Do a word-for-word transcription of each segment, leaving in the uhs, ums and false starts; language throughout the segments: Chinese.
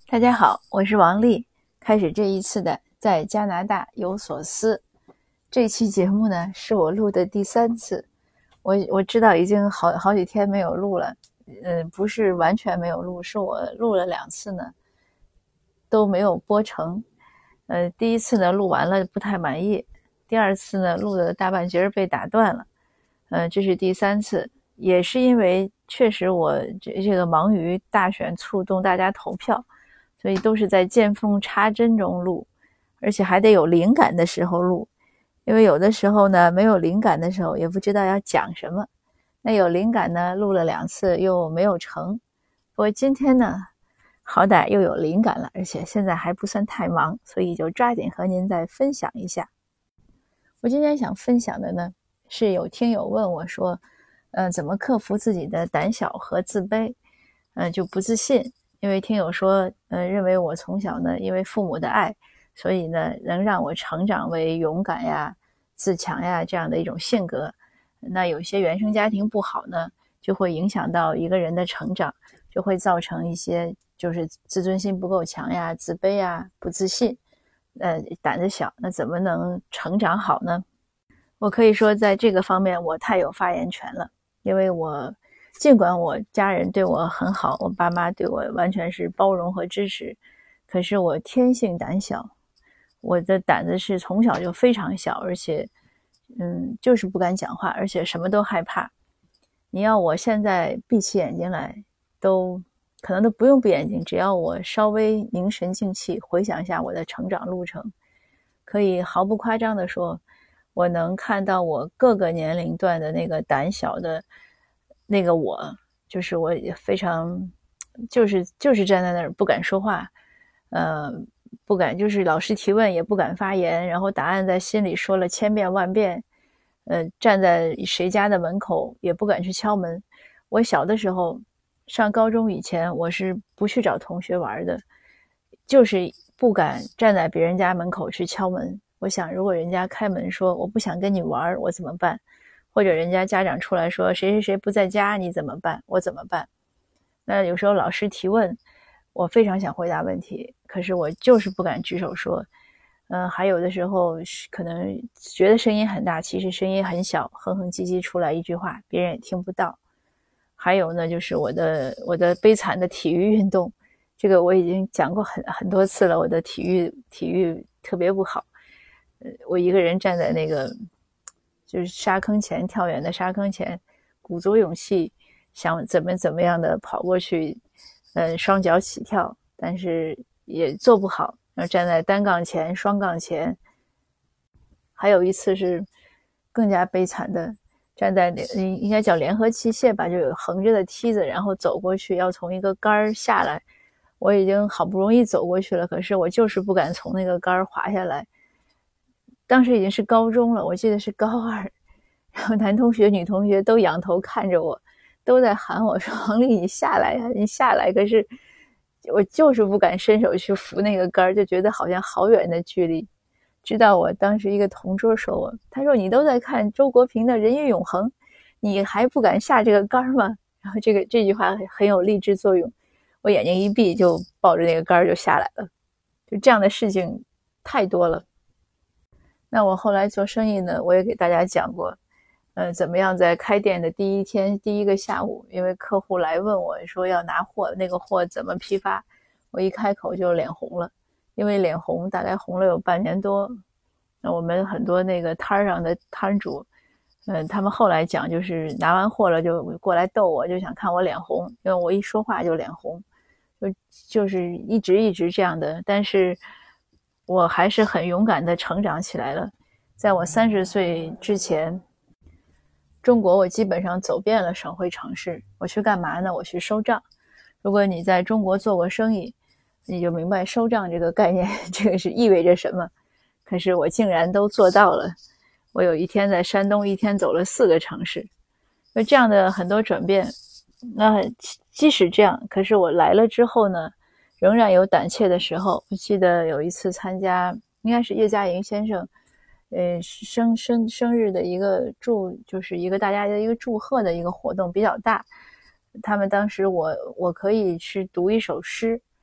大家好，我是王丽，开始这一次的在加拿大有所思。这期节目呢是我录的第三次，我我知道已经好好几天没有录了，呃，不是完全没有录，是我录了两次呢都没有播成。呃，第一次呢录完了不太满意，第二次呢录的大半截被打断了，呃，这是第三次，也是因为确实我这这个忙于大选促动大家投票。所以都是在见缝插针中录，而且还得有灵感的时候录，因为有的时候呢没有灵感的时候也不知道要讲什么，那有灵感呢录了两次又没有成。不过今天呢好歹又有灵感了，而且现在还不算太忙，所以就抓紧和您再分享一下。我今天想分享的呢是有听友问我说呃，怎么克服自己的胆小和自卑，呃，就不自信。因为听友说呃，认为我从小呢因为父母的爱，所以呢能让我成长为勇敢呀自强呀这样的一种性格。那有些原生家庭不好呢就会影响到一个人的成长，就会造成一些就是自尊心不够强呀自卑呀不自信，呃，胆子小，那怎么能成长好呢？我可以说在这个方面我太有发言权了，因为我尽管我家人对我很好，我爸妈对我完全是包容和支持，可是我天性胆小，我的胆子是从小就非常小，而且嗯，就是不敢讲话，而且什么都害怕。你要我现在闭起眼睛来都可能都不用闭眼睛，只要我稍微凝神静气回想一下我的成长路程，可以毫不夸张地说，我能看到我各个年龄段的那个胆小的那个我，就是我也非常就是就是站在那儿不敢说话，呃，不敢就是老师提问也不敢发言，然后答案在心里说了千遍万遍，呃，站在谁家的门口也不敢去敲门。我小的时候上高中以前我是不去找同学玩的，就是不敢站在别人家门口去敲门。我想如果人家开门说我不想跟你玩我怎么办，或者人家家长出来说谁谁谁不在家你怎么办，我怎么办。那有时候老师提问我非常想回答问题，可是我就是不敢举手说。呃，还有的时候可能觉得声音很大，其实声音很小，哼哼唧唧出来一句话别人也听不到。还有呢就是我的我的悲惨的体育运动，这个我已经讲过很很多次了，我的体育体育特别不好。呃，我一个人站在那个就是沙坑前，跳远的沙坑前，鼓足勇气想怎么怎么样的跑过去，呃，双脚起跳，但是也做不好，然后站在单杠前双杠前。还有一次是更加悲惨的，站在应该叫联合器械吧，就有横着的梯子，然后走过去要从一个杆下来，我已经好不容易走过去了，可是我就是不敢从那个杆滑下来。当时已经是高中了，我记得是高二，然后男同学女同学都仰头看着我，都在喊我说王丽你下来呀你下来，可是我就是不敢伸手去扶那个杆，就觉得好像好远的距离。直到我当时一个同桌说我，他说你都在看周国平的人与永恒，你还不敢下这个杆吗？然后这个这句话很有励志作用，我眼睛一闭就抱着那个杆就下来了。就这样的事情太多了。那我后来做生意呢，我也给大家讲过，呃，怎么样在开店的第一天第一个下午，因为客户来问我说要拿货，那个货怎么批发，我一开口就脸红了，因为脸红大概红了有半年多。那我们很多那个摊上的摊主，嗯、呃，他们后来讲就是拿完货了就过来逗我，就想看我脸红，因为我一说话就脸红，就就是一直一直这样的。但是我还是很勇敢的成长起来了。在我三十岁之前，中国我基本上走遍了省会城市。我去干嘛呢？我去收账。如果你在中国做过生意，你就明白收账这个概念，这个是意味着什么。可是我竟然都做到了。我有一天在山东，一天走了四个城市。就这样的很多转变，那即使这样，可是我来了之后呢，仍然有胆怯的时候。我记得有一次参加，应该是叶嘉莹先生呃生生生日的一个祝，就是一个大家的一个祝贺的一个活动，比较大。他们当时我我可以去读一首诗，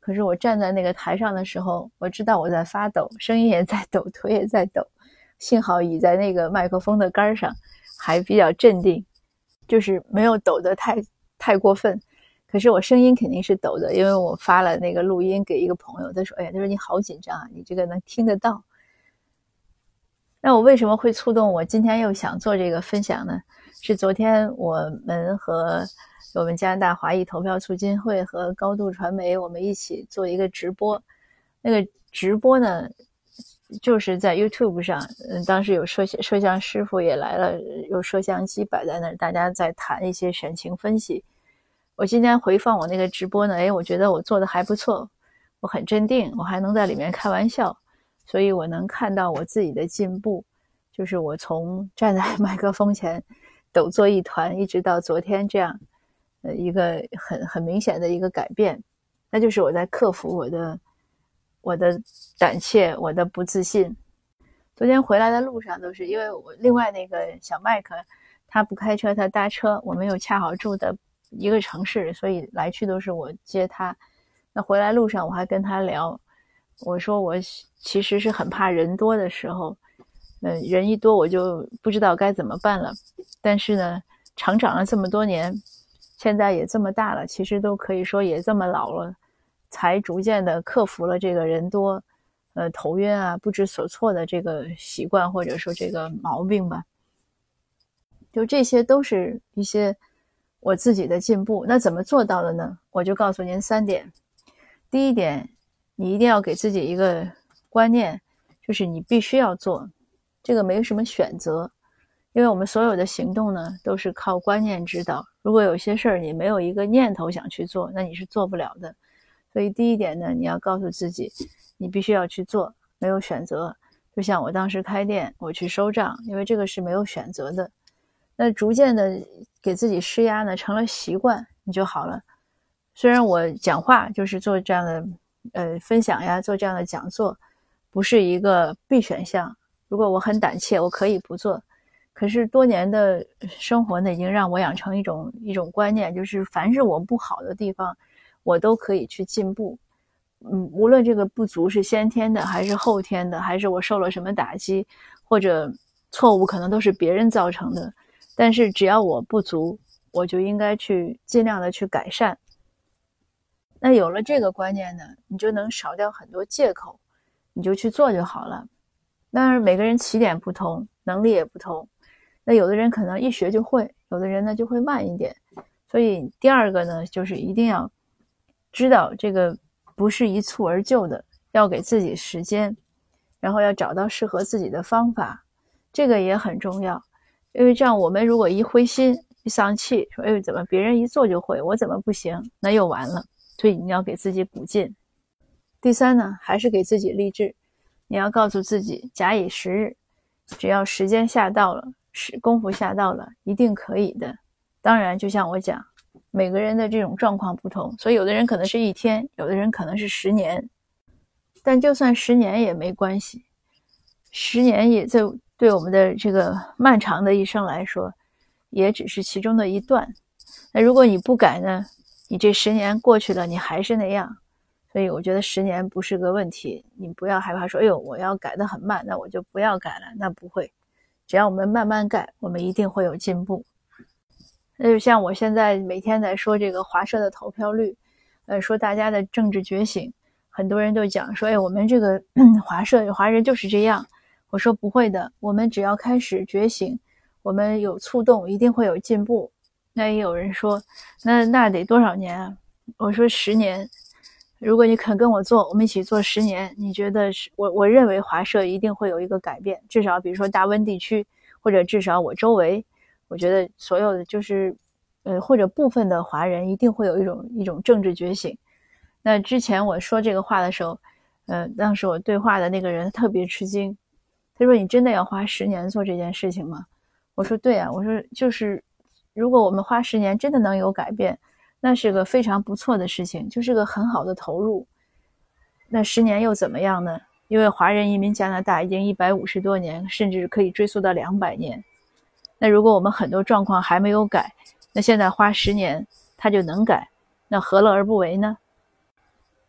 可是我站在那个台上的时候，我知道我在发抖，声音也在抖，腿也在抖，幸好倚在那个麦克风的杆上还比较镇定，就是没有抖得太太过分。可是我声音肯定是抖的，因为我发了那个录音给一个朋友，他说哎呀，他说你好紧张啊，你这个能听得到。那我为什么会触动我今天又想做这个分享呢？是昨天我们和我们加拿大华裔投票促进会和高度传媒我们一起做一个直播，那个直播呢就是在 YouTube 上，嗯，当时有摄摄像师傅也来了，有摄像机摆在那儿，大家在谈一些选情分析。我今天回放我那个直播呢，诶，我觉得我做的还不错，我很镇定，我还能在里面开玩笑，所以我能看到我自己的进步，就是我从站在麦克风前抖作一团，一直到昨天这样，呃，一个很很明显的一个改变，那就是我在克服我的我的胆怯，我的不自信。昨天回来的路上都是因为我另外那个小麦克他不开车，他搭车，我们又恰好住的一个城市，所以来去都是我接他。那回来路上我还跟他聊，我说我其实是很怕人多的时候，呃，人一多我就不知道该怎么办了。但是呢，成长了这么多年，现在也这么大了，其实都可以说也这么老了，才逐渐的克服了这个人多，呃，头晕啊，不知所措的这个习惯或者说这个毛病吧。就这些都是一些我自己的进步。那怎么做到的呢？我就告诉您三点。第一点，你一定要给自己一个观念，就是你必须要做，这个没有什么选择，因为我们所有的行动呢都是靠观念指导，如果有些事儿你没有一个念头想去做，那你是做不了的。所以第一点呢，你要告诉自己你必须要去做，没有选择。就像我当时开店，我去收账，因为这个是没有选择的。那逐渐的给自己施压呢，成了习惯，你就好了。虽然我讲话就是做这样的呃分享呀，做这样的讲座不是一个必选项，如果我很胆怯我可以不做，可是多年的生活呢，已经让我养成一种一种观念，就是凡是我不好的地方我都可以去进步。嗯，无论这个不足是先天的还是后天的，还是我受了什么打击，或者错误可能都是别人造成的，但是只要我不足，我就应该去尽量的去改善。那有了这个观念呢，你就能少掉很多借口，你就去做就好了。当然每个人起点不同，能力也不同，那有的人可能一学就会，有的人呢就会慢一点。所以第二个呢，就是一定要知道这个不是一蹴而就的，要给自己时间，然后要找到适合自己的方法，这个也很重要。因为这样我们如果一灰心一丧气，说哎，怎么别人一做就会，我怎么不行，那又完了。所以你要给自己鼓劲。第三呢，还是给自己励志，你要告诉自己假以时日，只要时间下到了，功夫下到了，一定可以的。当然就像我讲，每个人的这种状况不同，所以有的人可能是一天，有的人可能是十年，但就算十年也没关系，十年也在对我们的这个漫长的一生来说也只是其中的一段。那如果你不改呢，你这十年过去了，你还是那样。所以我觉得十年不是个问题，你不要害怕说哎呦我要改得很慢，那我就不要改了，那不会，只要我们慢慢改，我们一定会有进步。那就像我现在每天在说这个华社的投票率，呃，说大家的政治觉醒，很多人都讲说哎我们这个华社华人就是这样，我说不会的，我们只要开始觉醒，我们有触动，一定会有进步。那也有人说那那得多少年啊？我说十年，如果你肯跟我做，我们一起做十年，你觉得是我我认为华社一定会有一个改变，至少比如说大温地区，或者至少我周围，我觉得所有的就是呃或者部分的华人一定会有一种一种政治觉醒。那之前我说这个话的时候，呃当时我对话的那个人特别吃惊，他说你真的要花十年做这件事情吗？我说对啊，我说就是如果我们花十年真的能有改变，那是个非常不错的事情，就是个很好的投入。那十年又怎么样呢？因为华人移民加拿大已经一百五十多年，甚至可以追溯到两百年。那如果我们很多状况还没有改，那现在花十年它就能改，那何乐而不为呢？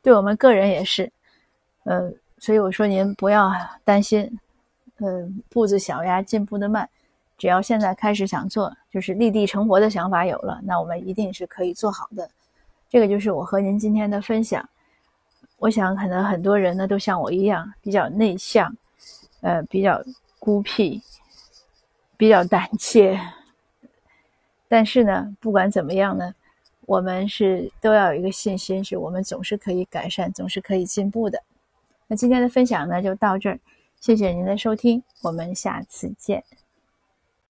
对我们个人也是。呃，所以我说您不要担心，呃，步子小呀，进步的慢，只要现在开始想做，就是立地成佛的想法有了，那我们一定是可以做好的。这个就是我和您今天的分享。我想可能很多人呢都像我一样比较内向，呃，比较孤僻，比较胆怯。但是呢，不管怎么样呢，我们是都要有一个信心，是我们总是可以改善，总是可以进步的。那今天的分享呢就到这儿，谢谢您的收听，我们下次见。